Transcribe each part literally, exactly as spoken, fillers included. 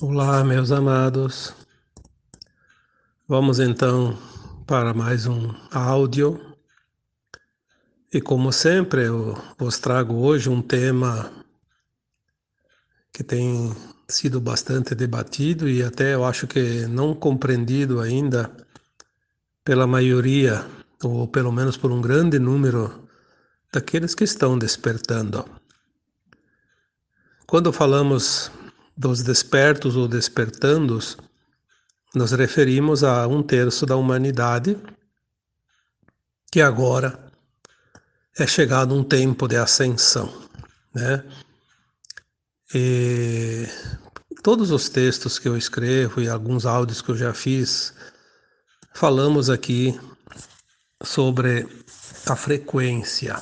Olá, meus amados. Vamos então para mais um áudio. E como sempre, eu vos trago hoje um tema que tem sido bastante debatido e até eu acho que não compreendido ainda pela maioria, ou pelo menos por um grande número daqueles que estão despertando. Quando falamos dos despertos ou despertandos, nos referimos a um terço da humanidade que agora é chegado um tempo de ascensão, né? E todos os textos que eu escrevo e alguns áudios que eu já fiz, falamos aqui sobre a frequência.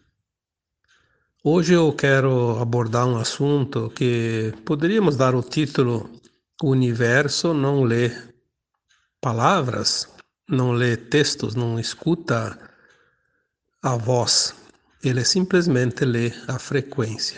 Hoje eu quero abordar um assunto que poderíamos dar o título O universo não lê palavras, não lê textos, não escuta a voz, ele simplesmente lê a frequência.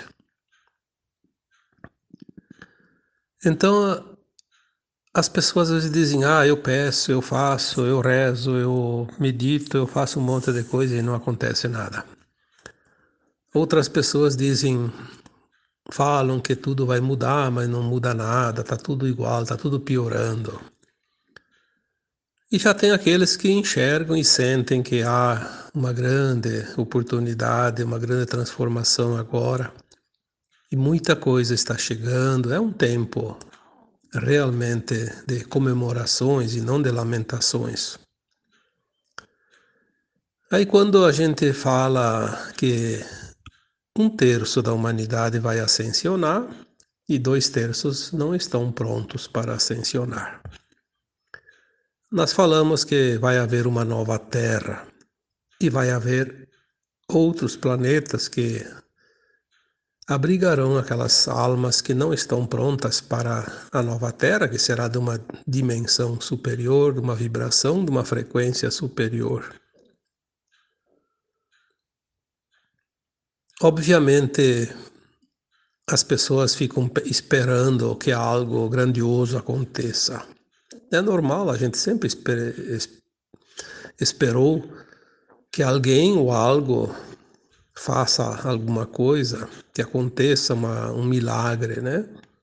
Então, as pessoas às vezes dizem, ah, eu peço, eu faço, eu rezo, eu medito, eu faço um monte de coisa e não acontece nada. Outras pessoas dizem, falam que tudo vai mudar, mas não muda nada, tá tudo igual, tá tudo piorando. E já tem aqueles que enxergam e sentem que há uma grande oportunidade, uma grande transformação agora. E muita coisa está chegando, é um tempo realmente de comemorações e não de lamentações. Aí quando a gente fala que um terço da humanidade vai ascensionar e dois terços não estão prontos para ascensionar. Nós falamos que vai haver uma nova Terra e vai haver outros planetas que abrigarão aquelas almas que não estão prontas para a nova Terra, que será de uma dimensão superior, de uma vibração, de uma frequência superior. Obviamente, as pessoas ficam esperando que algo grandioso aconteça. É normal, a gente sempre esper, esperou que alguém ou algo faça alguma coisa, que aconteça uma, um milagre, né?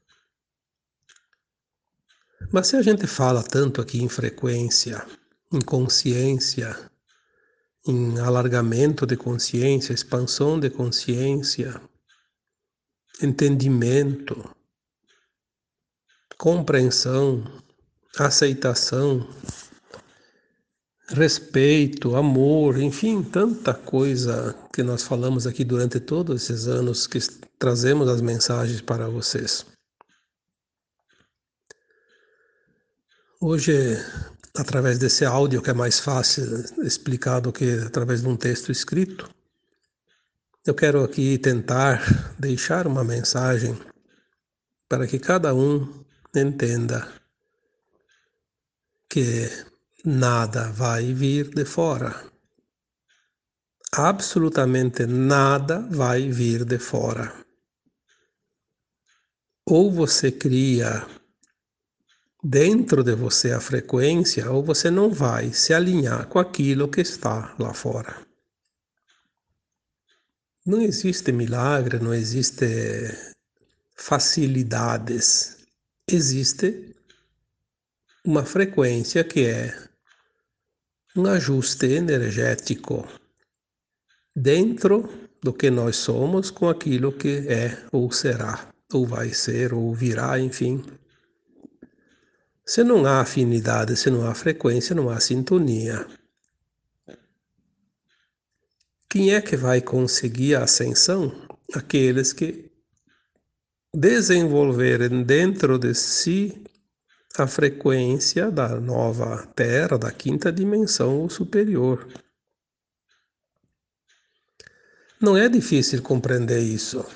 Mas se a gente fala tanto aqui em frequência, em consciência, em alargamento de consciência, expansão de consciência, entendimento, compreensão, aceitação, respeito, amor, enfim, tanta coisa que nós falamos aqui durante todos esses anos que trazemos as mensagens para vocês. Hoje, através desse áudio, que é mais fácil explicar do que através de um texto escrito, eu quero aqui tentar deixar uma mensagem para que cada um entenda que nada vai vir de fora. Absolutamente nada vai vir de fora. Ou você cria dentro de você a frequência, ou você não vai se alinhar com aquilo que está lá fora. Não existe milagre, não existe facilidades. Existe uma frequência que é um ajuste energético dentro do que nós somos com aquilo que é ou será, ou vai ser, ou virá, enfim. Se não há afinidade, se não há frequência, não há sintonia. Quem é que vai conseguir a ascensão? Aqueles que desenvolverem dentro de si a frequência da nova Terra, da quinta dimensão ou superior. Não é difícil compreender isso.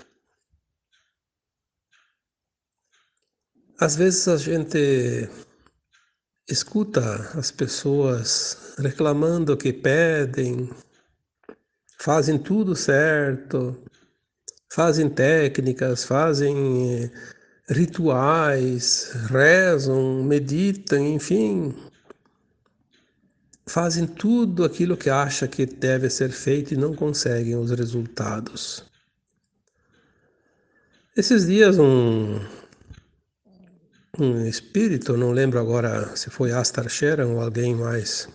Às vezes a gente escuta as pessoas reclamando que pedem, fazem tudo certo, fazem técnicas, fazem rituais, rezam, meditam, enfim, fazem tudo aquilo que acha que deve ser feito e não conseguem os resultados. Esses dias um, um espírito, não lembro agora se foi Astar Sheran ou alguém mais,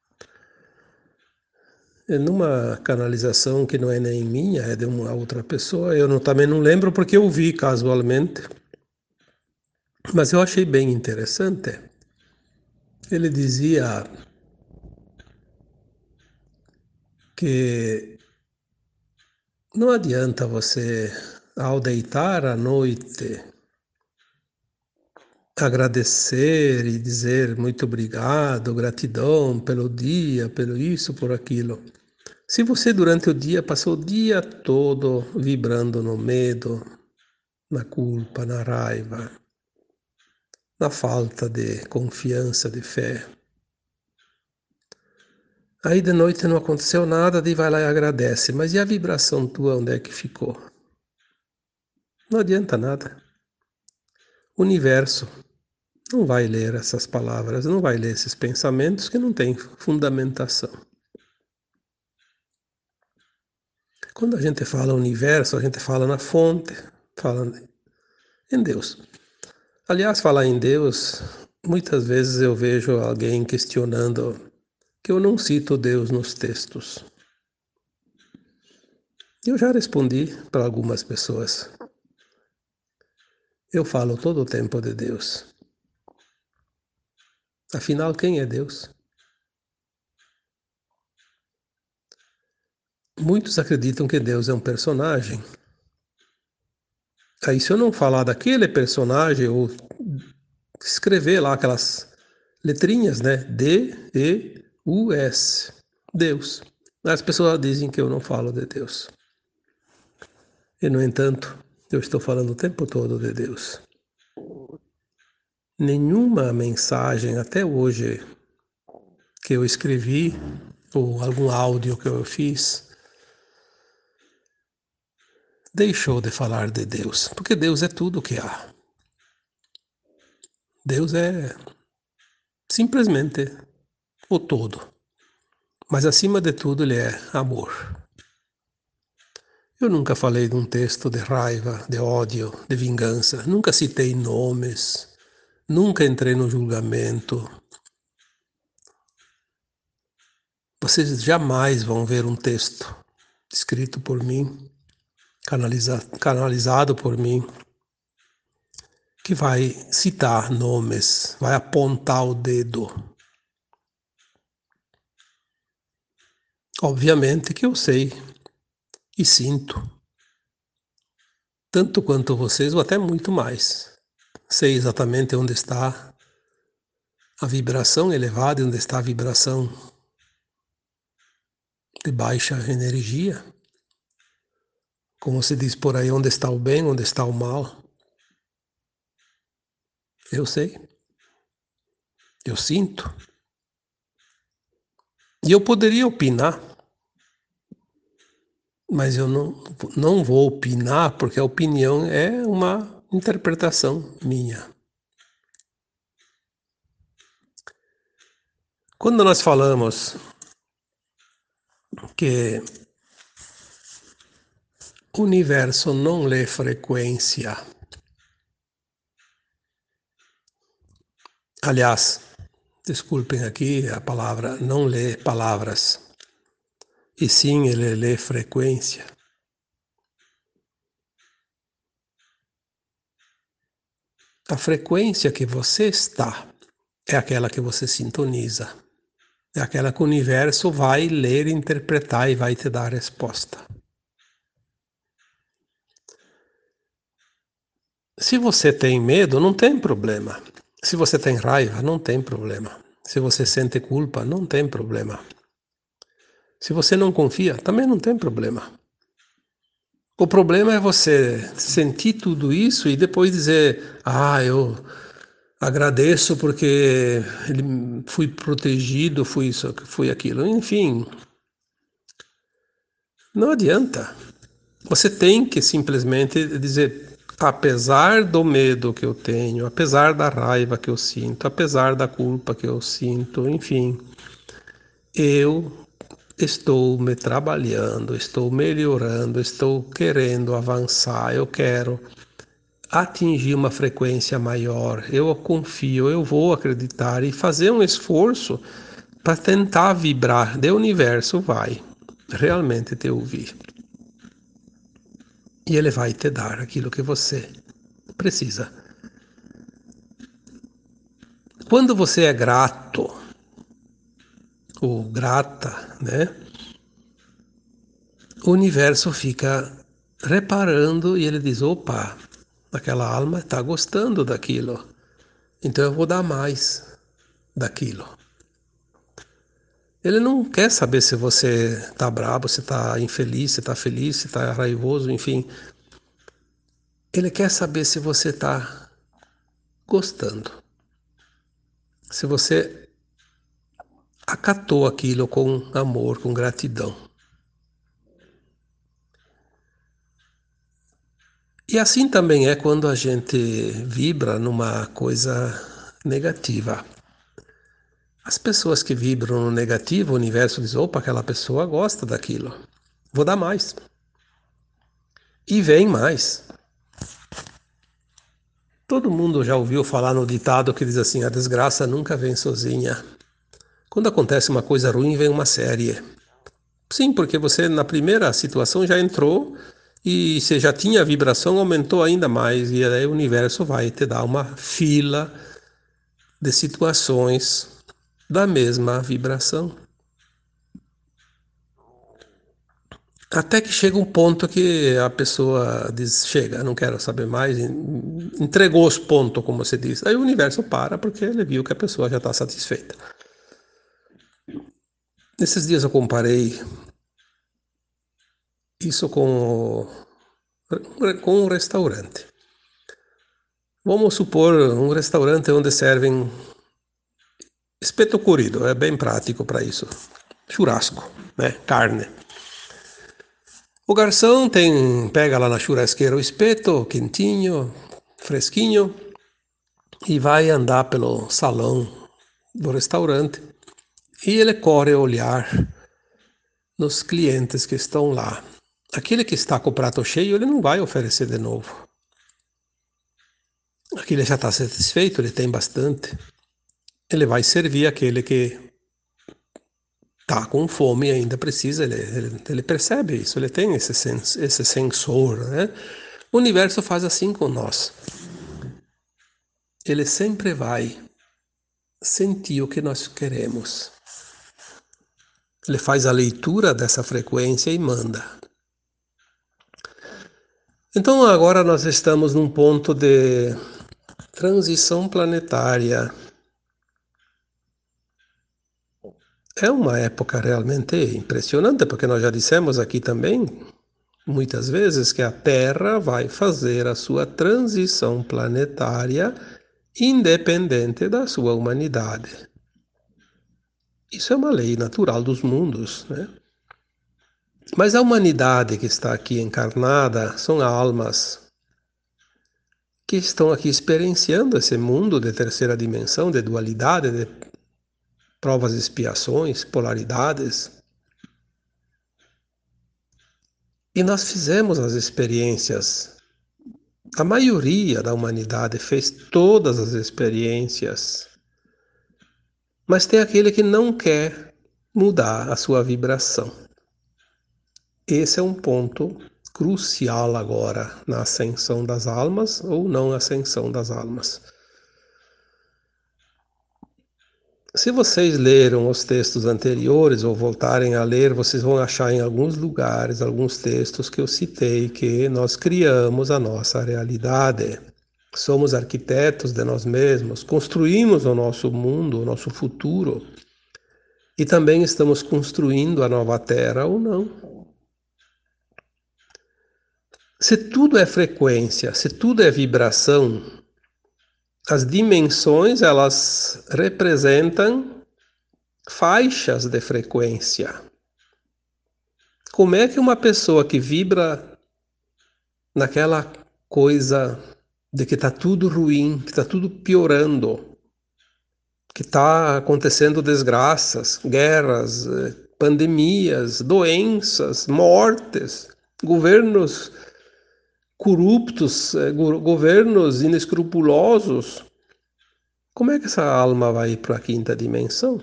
numa canalização que não é nem minha, é de uma outra pessoa, eu não, também não lembro porque eu vi casualmente, mas eu achei bem interessante. Ele dizia que não adianta você, ao deitar à noite, agradecer e dizer muito obrigado, gratidão pelo dia, pelo isso, por aquilo. Se você durante o dia passou o dia todo vibrando no medo, na culpa, na raiva, na falta de confiança, de fé, aí de noite não aconteceu nada, daí vai lá e agradece. Mas e a vibração tua, onde é que ficou? Não adianta nada. O universo não vai ler essas palavras, não vai ler esses pensamentos que não têm fundamentação. Quando a gente fala universo, a gente fala na fonte, fala em Deus. Aliás, falar em Deus, muitas vezes eu vejo alguém questionando que eu não cito Deus nos textos. Eu já respondi para algumas pessoas. Eu falo todo o tempo de Deus. Afinal, quem é Deus? Muitos acreditam que Deus é um personagem. Aí, se eu não falar daquele personagem, ou escrever lá aquelas letrinhas, né? D, E, U, S. Deus. As pessoas dizem que eu não falo de Deus. E, no entanto, eu estou falando o tempo todo de Deus. Nenhuma mensagem até hoje que eu escrevi, ou algum áudio que eu fiz, deixou de falar de Deus, porque Deus é tudo o que há. Deus é simplesmente o todo. Mas acima de tudo ele é amor. Eu nunca falei de um texto de raiva, de ódio, de vingança. Nunca citei nomes. Nunca entrei no julgamento. Vocês jamais vão ver um texto escrito por mim, canaliza, canalizado por mim, que vai citar nomes, vai apontar o dedo. Obviamente que eu sei e sinto, tanto quanto vocês, ou até muito mais. Sei exatamente onde está a vibração elevada e onde está a vibração de baixa energia. Como se diz por aí, onde está o bem, onde está o mal. Eu sei. Eu sinto. E eu poderia opinar, mas eu não, não vou opinar, porque a opinião é uma interpretação minha. Quando nós falamos que o universo não lê frequência, aliás, desculpem aqui a palavra, não lê palavras, e sim ele lê frequência. A frequência que você está é aquela que você sintoniza. É aquela que o universo vai ler, interpretar e vai te dar a resposta. Se você tem medo, não tem problema. Se você tem raiva, não tem problema. Se você sente culpa, não tem problema. Se você não confia, também não tem problema. O problema é você sentir tudo isso e depois dizer: ah, eu agradeço porque fui protegido, fui isso, fui aquilo. Enfim, não adianta. Você tem que simplesmente dizer: apesar do medo que eu tenho, apesar da raiva que eu sinto, apesar da culpa que eu sinto, enfim, eu estou me trabalhando, estou melhorando, estou querendo avançar, eu quero atingir uma frequência maior, eu confio, eu vou acreditar e fazer um esforço para tentar vibrar. O universo vai realmente te ouvir e ele vai te dar aquilo que você precisa. Quando você é grato ou grata, né? O universo fica reparando e ele diz: opa, aquela alma está gostando daquilo, então eu vou dar mais daquilo. Ele não quer saber se você está bravo, se está infeliz, se está feliz, se está raivoso, enfim. Ele quer saber se você está gostando, se você acatou aquilo com amor, com gratidão. E assim também é quando a gente vibra numa coisa negativa. As pessoas que vibram no negativo, o universo diz: opa, aquela pessoa gosta daquilo, vou dar mais. E vem mais. Todo mundo já ouviu falar no ditado que diz assim: a desgraça nunca vem sozinha. Quando acontece uma coisa ruim, vem uma série. Sim, porque você na primeira situação já entrou e você já tinha a vibração, aumentou ainda mais. E aí o universo vai te dar uma fila de situações da mesma vibração. Até que chega um ponto que a pessoa diz: chega, não quero saber mais, entregou os pontos, como se diz. Aí o universo para porque ele viu que a pessoa já está satisfeita. Nesses dias eu comparei isso com, com um restaurante. Vamos supor um restaurante onde servem espeto curido, é bem prático para isso. Churrasco, né? Carne. O garçom tem, pega lá na churrasqueira o espeto, quentinho, fresquinho, e vai andar pelo salão do restaurante. E ele corre a olhar nos clientes que estão lá. Aquele que está com o prato cheio, ele não vai oferecer de novo. Aquele já está satisfeito, ele tem bastante. Ele vai servir aquele que está com fome e ainda precisa. Ele, ele, ele percebe isso, ele tem esse, sens, esse sensor, né? O universo faz assim com nós. Ele sempre vai sentir o que nós queremos. Ele faz a leitura dessa frequência e manda. Então agora nós estamos num ponto de transição planetária. É uma época realmente impressionante, porque nós já dissemos aqui também, muitas vezes, que a Terra vai fazer a sua transição planetária independente da sua humanidade. Isso é uma lei natural dos mundos, né? Mas a humanidade que está aqui encarnada são almas que estão aqui experienciando esse mundo de terceira dimensão, de dualidade, de provas e expiações, polaridades. E nós fizemos as experiências. A maioria da humanidade fez todas as experiências. Mas tem aquele que não quer mudar a sua vibração. Esse é um ponto crucial agora na ascensão das almas ou não ascensão das almas. Se vocês leram os textos anteriores ou voltarem a ler, vocês vão achar em alguns lugares, alguns textos que eu citei, que nós criamos a nossa realidade. Somos arquitetos de nós mesmos, construímos o nosso mundo, o nosso futuro. E também estamos construindo a nova Terra ou não. Se tudo é frequência, se tudo é vibração, as dimensões, elas representam faixas de frequência. Como é que uma pessoa que vibra naquela coisa de que está tudo ruim, que está tudo piorando, que está acontecendo desgraças, guerras, eh, pandemias, doenças, mortes, governos corruptos, eh, go- governos inescrupulosos. Como é que essa alma vai ir para a quinta dimensão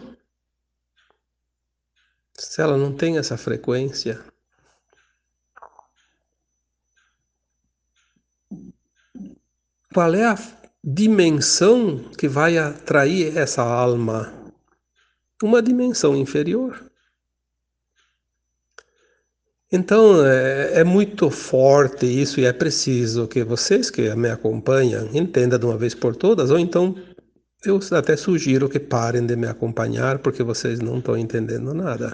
se ela não tem essa frequência? Qual é a dimensão que vai atrair essa alma? Uma dimensão inferior. Então, é, é muito forte isso e é preciso que vocês que me acompanham entendam de uma vez por todas, ou então eu até sugiro que parem de me acompanhar porque vocês não estão entendendo nada.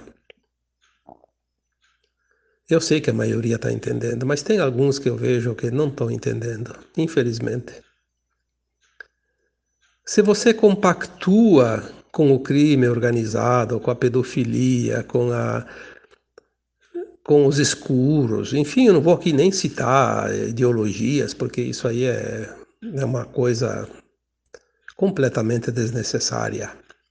Eu sei que a maioria está entendendo, mas tem alguns que eu vejo que não estão entendendo, infelizmente. Se você compactua com o crime organizado, com a pedofilia, com a com os escuros, enfim, eu não vou aqui nem citar ideologias, porque isso aí é, é uma coisa completamente desnecessária.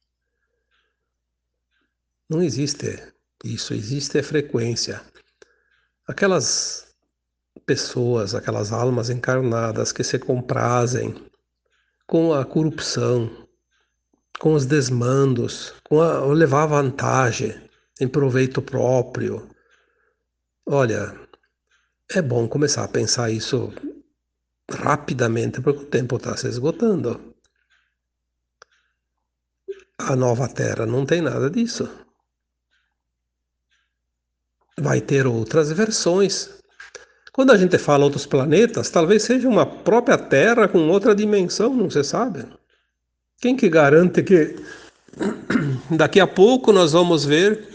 Não existe isso, existe a frequência. Aquelas pessoas, aquelas almas encarnadas que se comprazem com a corrupção, com os desmandos, com a, o levar vantagem em proveito próprio. Olha, é bom começar a pensar isso rapidamente, porque o tempo está se esgotando. A nova Terra não tem nada disso. Vai ter outras versões. Quando a gente fala outros planetas, talvez seja uma própria Terra com outra dimensão, não se sabe. Quem que garante que daqui a pouco nós vamos ver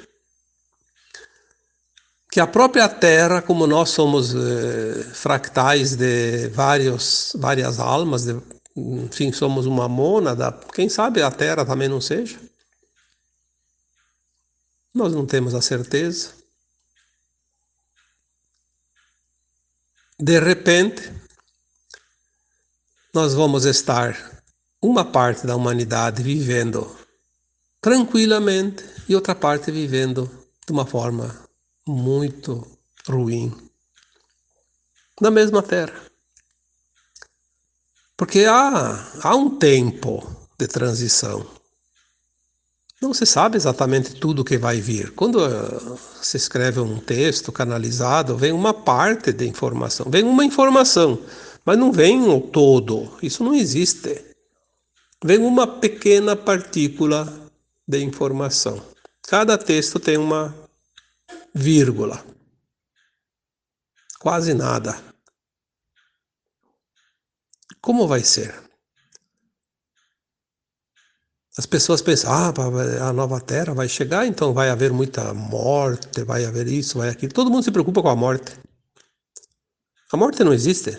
que a própria Terra, como nós somos eh, fractais de vários, várias almas, de, enfim, somos uma mônada, quem sabe a Terra também não seja? Nós não temos a certeza. De repente, nós vamos estar uma parte da humanidade vivendo tranquilamente e outra parte vivendo de uma forma muito ruim na mesma Terra. Porque há, há um tempo de transição. Não se sabe exatamente tudo o que vai vir. Quando uh, se escreve um texto canalizado, vem uma parte de informação, vem uma informação, mas não vem o todo. Isso não existe. Vem uma pequena partícula de informação. Cada texto tem uma vírgula, quase nada. Como vai ser? As pessoas pensam, ah, a nova Terra vai chegar, então vai haver muita morte, vai haver isso, vai aquilo. Todo mundo se preocupa com a morte. A morte não existe.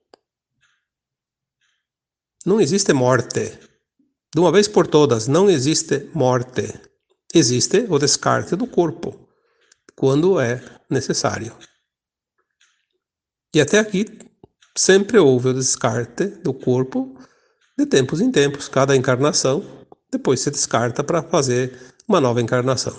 Não existe morte. De uma vez por todas, não existe morte. Existe o descarte do corpo, quando é necessário. E até aqui, sempre houve o descarte do corpo de tempos em tempos. Cada encarnação, depois se descarta para fazer uma nova encarnação.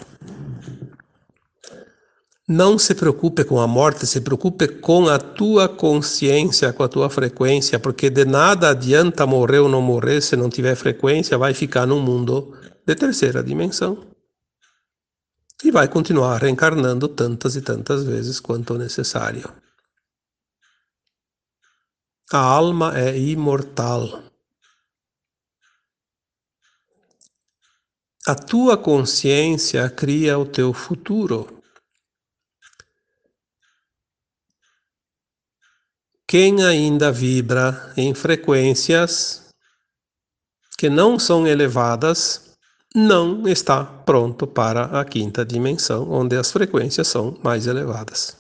Não se preocupe com a morte, se preocupe com a tua consciência, com a tua frequência, porque de nada adianta morrer ou não morrer se não tiver frequência, vai ficar num mundo de terceira dimensão e vai continuar reencarnando tantas e tantas vezes quanto necessário. A alma é imortal. A tua consciência cria o teu futuro. Quem ainda vibra em frequências que não são elevadas não está pronto para a quinta dimensão, onde as frequências são mais elevadas.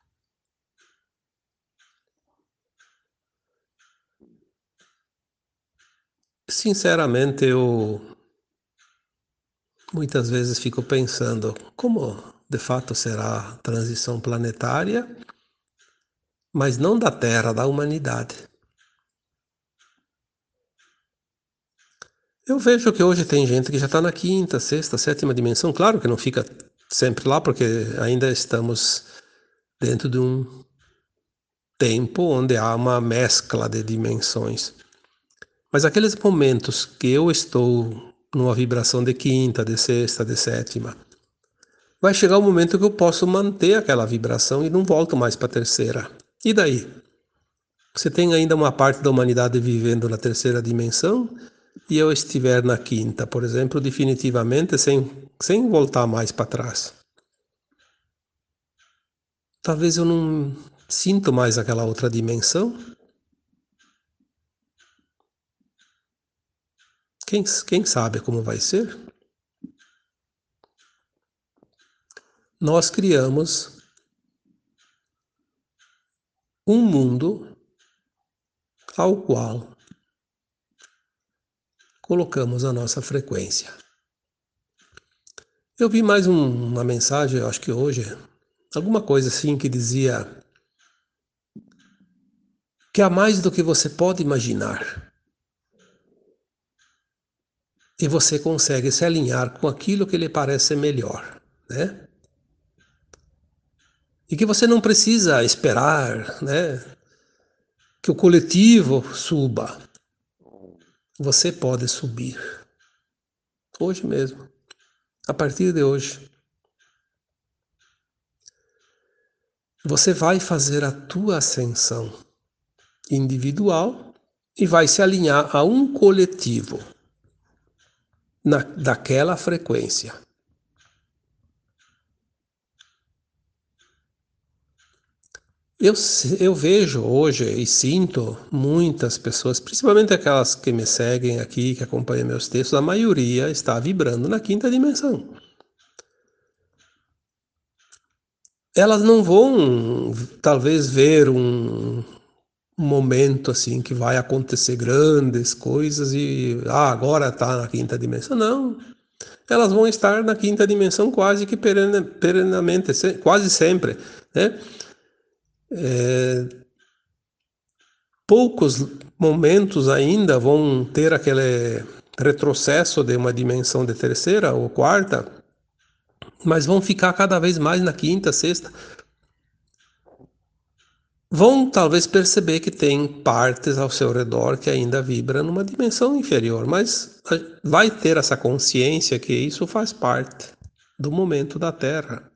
Sinceramente, eu muitas vezes fico pensando como de fato será a transição planetária mas não da Terra, da humanidade. Eu vejo que hoje tem gente que já está na quinta, sexta, sétima dimensão. Claro que não fica sempre lá, porque ainda estamos dentro de um tempo onde há uma mescla de dimensões. Mas aqueles momentos que eu estou numa vibração de quinta, de sexta, de sétima, vai chegar um momento que eu posso manter aquela vibração e não volto mais para a terceira. E daí? Você tem ainda uma parte da humanidade vivendo na terceira dimensão e eu estiver na quinta, por exemplo, definitivamente sem, sem voltar mais para trás. Talvez eu não sinto mais aquela outra dimensão. Quem, quem sabe como vai ser? Nós criamos um mundo ao qual colocamos a nossa frequência. Eu vi mais um, uma mensagem, eu acho que hoje, alguma coisa assim que dizia que há mais do que você pode imaginar. E você consegue se alinhar com aquilo que lhe parece melhor, né? E que você não precisa esperar, né, que o coletivo suba. Você pode subir hoje mesmo, a partir de hoje. Você vai fazer a tua ascensão individual e vai se alinhar a um coletivo na, daquela frequência. Eu, eu vejo hoje e sinto muitas pessoas, principalmente aquelas que me seguem aqui, que acompanham meus textos, a maioria está vibrando na quinta dimensão. Elas não vão, talvez, ver um momento assim que vai acontecer grandes coisas e ah, agora está na quinta dimensão. Não. Elas vão estar na quinta dimensão quase que perene, perenamente, quase sempre, né? É, poucos momentos ainda vão ter aquele retrocesso de uma dimensão de terceira ou quarta, mas vão ficar cada vez mais na quinta, sexta. Vão talvez perceber que tem partes ao seu redor que ainda vibram numa dimensão inferior, mas vai ter essa consciência que isso faz parte do momento da Terra.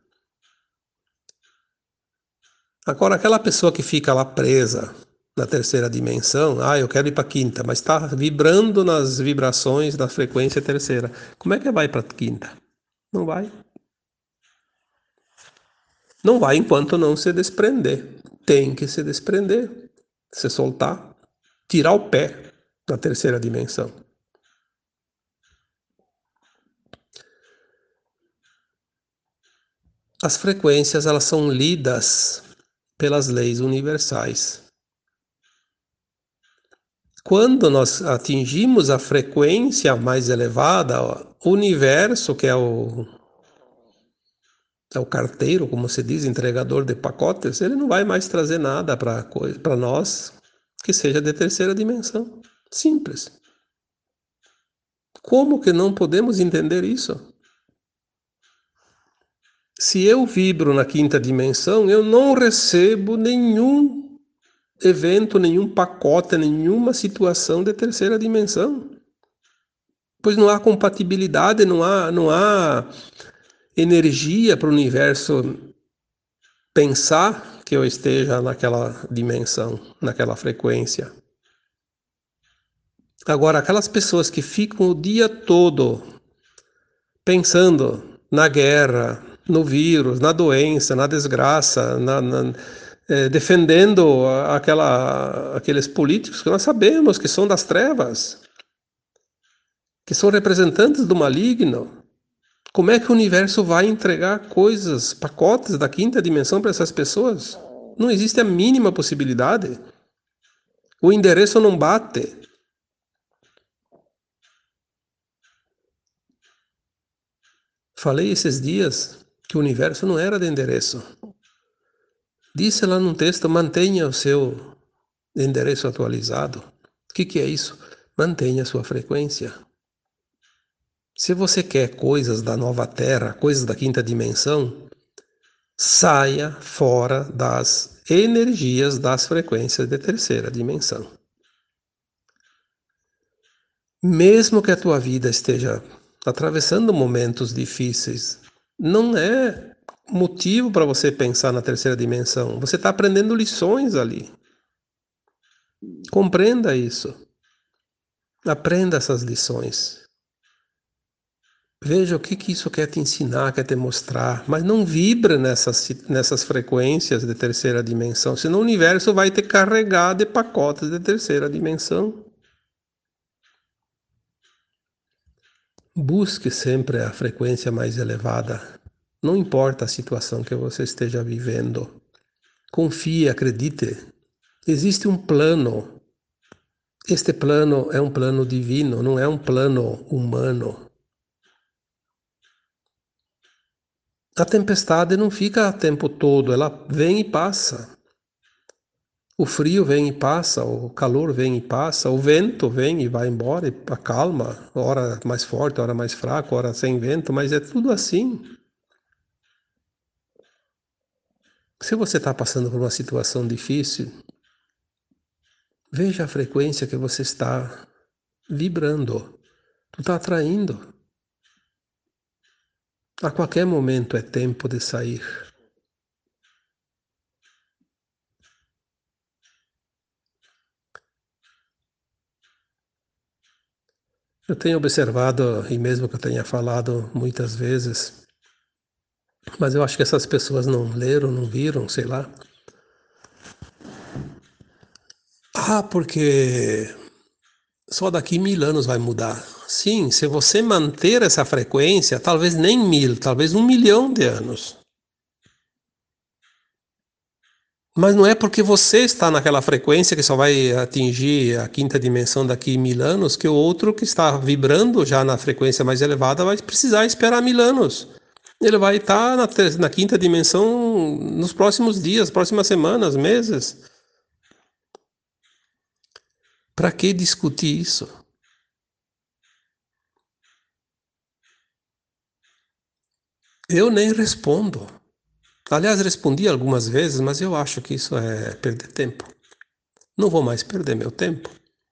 Agora, aquela pessoa que fica lá presa na terceira dimensão, ah, eu quero ir para a quinta, mas está vibrando nas vibrações da frequência terceira. Como é que vai para a quinta? Não vai. Não vai enquanto não se desprender. Tem que se desprender, se soltar, tirar o pé da terceira dimensão. As frequências, elas são lidas pelas leis universais. Quando nós atingimos a frequência mais elevada, o universo, que é o, é o carteiro, como se diz, entregador de pacotes, ele não vai mais trazer nada para nós que seja de terceira dimensão. Simples. Como que não podemos entender isso? Se eu vibro na quinta dimensão, eu não recebo nenhum evento, nenhum pacote, nenhuma situação de terceira dimensão. Pois não há compatibilidade, não há, não há energia para o universo pensar que eu esteja naquela dimensão, naquela frequência. Agora, aquelas pessoas que ficam o dia todo pensando na guerra, no vírus, na doença, na desgraça, na, na, eh, defendendo aquela, aqueles políticos que nós sabemos que são das trevas, que são representantes do maligno. Como é que o universo vai entregar coisas, pacotes da quinta dimensão para essas pessoas? Não existe a mínima possibilidade. O endereço não bate. Falei esses dias que o universo não era de endereço. Disse lá num texto, mantenha o seu endereço atualizado. O que, que é isso? Mantenha a sua frequência. Se você quer coisas da nova Terra, coisas da quinta dimensão, saia fora das energias das frequências de terceira dimensão. Mesmo que a tua vida esteja atravessando momentos difíceis, não é motivo para você pensar na terceira dimensão. Você está aprendendo lições ali. Compreenda isso. Aprenda essas lições. Veja o que, que isso quer te ensinar, quer te mostrar, mas não vibra nessas, nessas frequências de terceira dimensão, senão o universo vai te carregar de pacotes de terceira dimensão. Busque sempre a frequência mais elevada, não importa a situação que você esteja vivendo. Confie, acredite. Existe um plano. Este plano é um plano divino, não é um plano humano. A tempestade não fica o tempo todo, ela vem e passa. O frio vem e passa, o calor vem e passa, o vento vem e vai embora e acalma, hora mais forte, hora mais fraco, hora sem vento, mas é tudo assim. Se você está passando por uma situação difícil, veja a frequência que você está vibrando. Tu está atraindo. A qualquer momento é tempo de sair. Eu tenho observado, e mesmo que eu tenha falado muitas vezes, mas eu acho que essas pessoas não leram, não viram, sei lá. Ah, porque só daqui mil anos vai mudar. Sim, se você manter essa frequência, talvez nem mil, talvez um milhão de anos. Mas não é porque você está naquela frequência que só vai atingir a quinta dimensão daqui mil anos que o outro que está vibrando já na frequência mais elevada vai precisar esperar mil anos. Ele vai estar na, na quinta dimensão nos próximos dias, próximas semanas, meses. Para que discutir isso? Eu nem respondo. Aliás, respondi algumas vezes, mas eu acho que isso é perder tempo. Não vou mais perder meu tempo.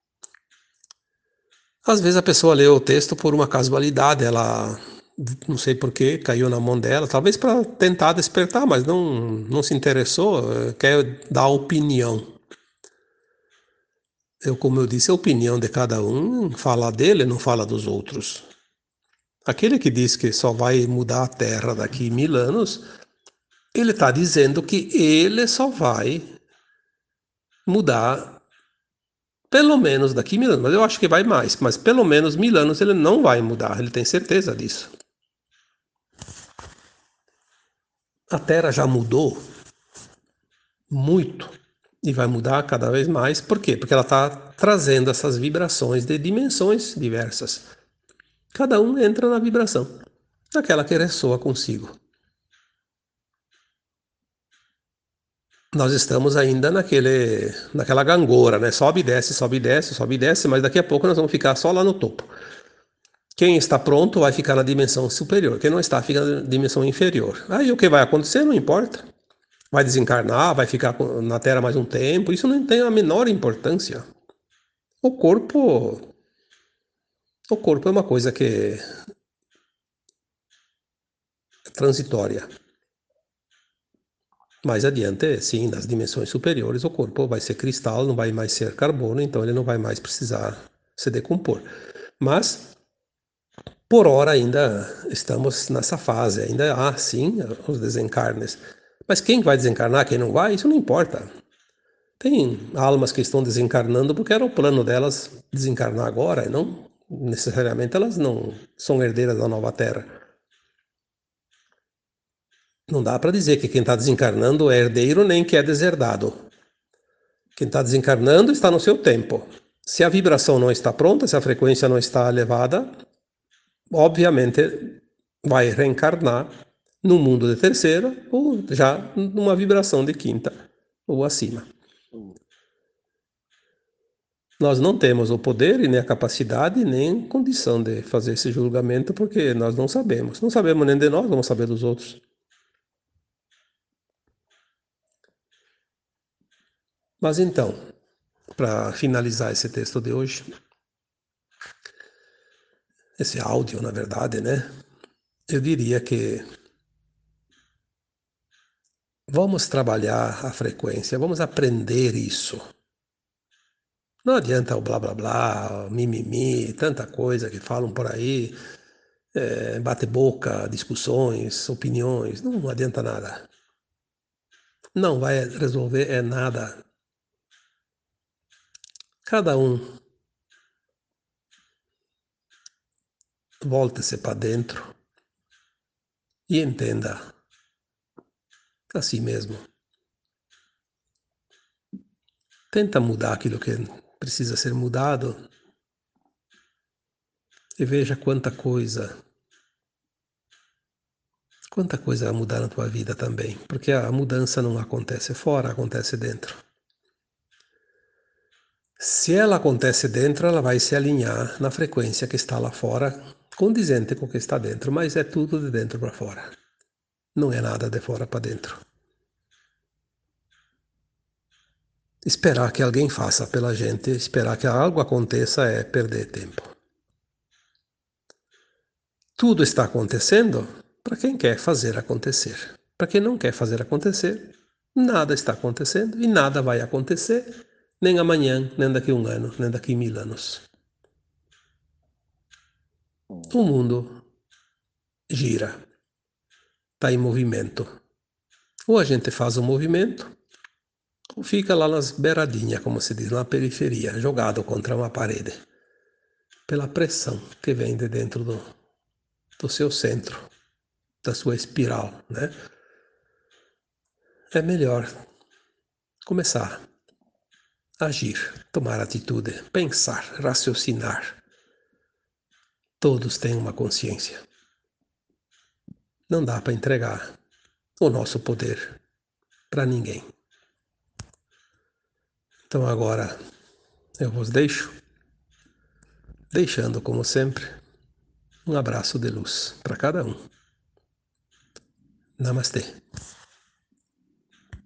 Às vezes a pessoa lê o texto por uma casualidade, ela não sei por que caiu na mão dela, talvez para tentar despertar, mas não, não se interessou, quer dar opinião. Eu, como eu disse, a opinião de cada um fala dele, não fala dos outros. Aquele que diz que só vai mudar a Terra daqui mil anos, ele está dizendo que ele só vai mudar pelo menos daqui mil anos, mas eu acho que vai mais, mas pelo menos mil anos ele não vai mudar, ele tem certeza disso. A Terra já mudou muito e vai mudar cada vez mais, por quê? Porque ela está trazendo essas vibrações de dimensões diversas. Cada um entra na vibração, aquela que ressoa consigo. Nós estamos ainda naquele, naquela gangorra, né? Sobe e desce, sobe e desce, sobe e desce, mas daqui a pouco nós vamos ficar só lá no topo. Quem está pronto vai ficar na dimensão superior, quem não está fica na dimensão inferior. Aí o que vai acontecer não importa. Vai desencarnar, vai ficar na Terra mais um tempo, isso não tem a menor importância. O corpo, o corpo é uma coisa que é transitória. Mais adiante, sim, nas dimensões superiores, o corpo vai ser cristal, não vai mais ser carbono, então ele não vai mais precisar se decompor. Mas por hora ainda estamos nessa fase, ainda há sim os desencarnes. Mas quem vai desencarnar, quem não vai, isso não importa. Tem almas que estão desencarnando porque era o plano delas desencarnar agora, e não necessariamente elas não são herdeiras da nova Terra. Não dá para dizer que quem está desencarnando é herdeiro nem que é deserdado. Quem está desencarnando está no seu tempo. Se a vibração não está pronta, se a frequência não está elevada, obviamente vai reencarnar no mundo de terceira ou já numa vibração de quinta ou acima. Nós não temos o poder e nem a capacidade nem condição de fazer esse julgamento porque nós não sabemos. Não sabemos nem de nós, vamos saber dos outros. Mas então, para finalizar esse texto de hoje, esse áudio, na verdade, né? Eu diria que vamos trabalhar a frequência, vamos aprender isso. Não adianta o blá blá blá, o mimimi, tanta coisa que falam por aí, é, bate-boca, discussões, opiniões, não adianta nada. Não vai resolver é nada. Cada um volte-se para dentro e entenda a si mesmo. Tenta mudar aquilo que precisa ser mudado e veja quanta coisa, quanta coisa vai mudar na tua vida também, porque a mudança não acontece fora, acontece dentro. Se ela acontece dentro, ela vai se alinhar na frequência que está lá fora, condizente com o que está dentro, mas é tudo de dentro para fora. Não é nada de fora para dentro. Esperar que alguém faça pela gente, esperar que algo aconteça é perder tempo. Tudo está acontecendo para quem quer fazer acontecer. Para quem não quer fazer acontecer, nada está acontecendo e nada vai acontecer, nem amanhã, nem daqui a um ano, nem daqui a mil anos. O mundo gira, está em movimento. Ou a gente faz o movimento, ou fica lá nas beiradinhas, como se diz, na periferia, jogado contra uma parede, pela pressão que vem de dentro do, do seu centro, da sua espiral, né? É melhor começar a agir, tomar atitude, pensar, raciocinar. Todos têm uma consciência. Não dá para entregar o nosso poder para ninguém. Então agora eu vos deixo, deixando como sempre um abraço de luz para cada um. Namastê.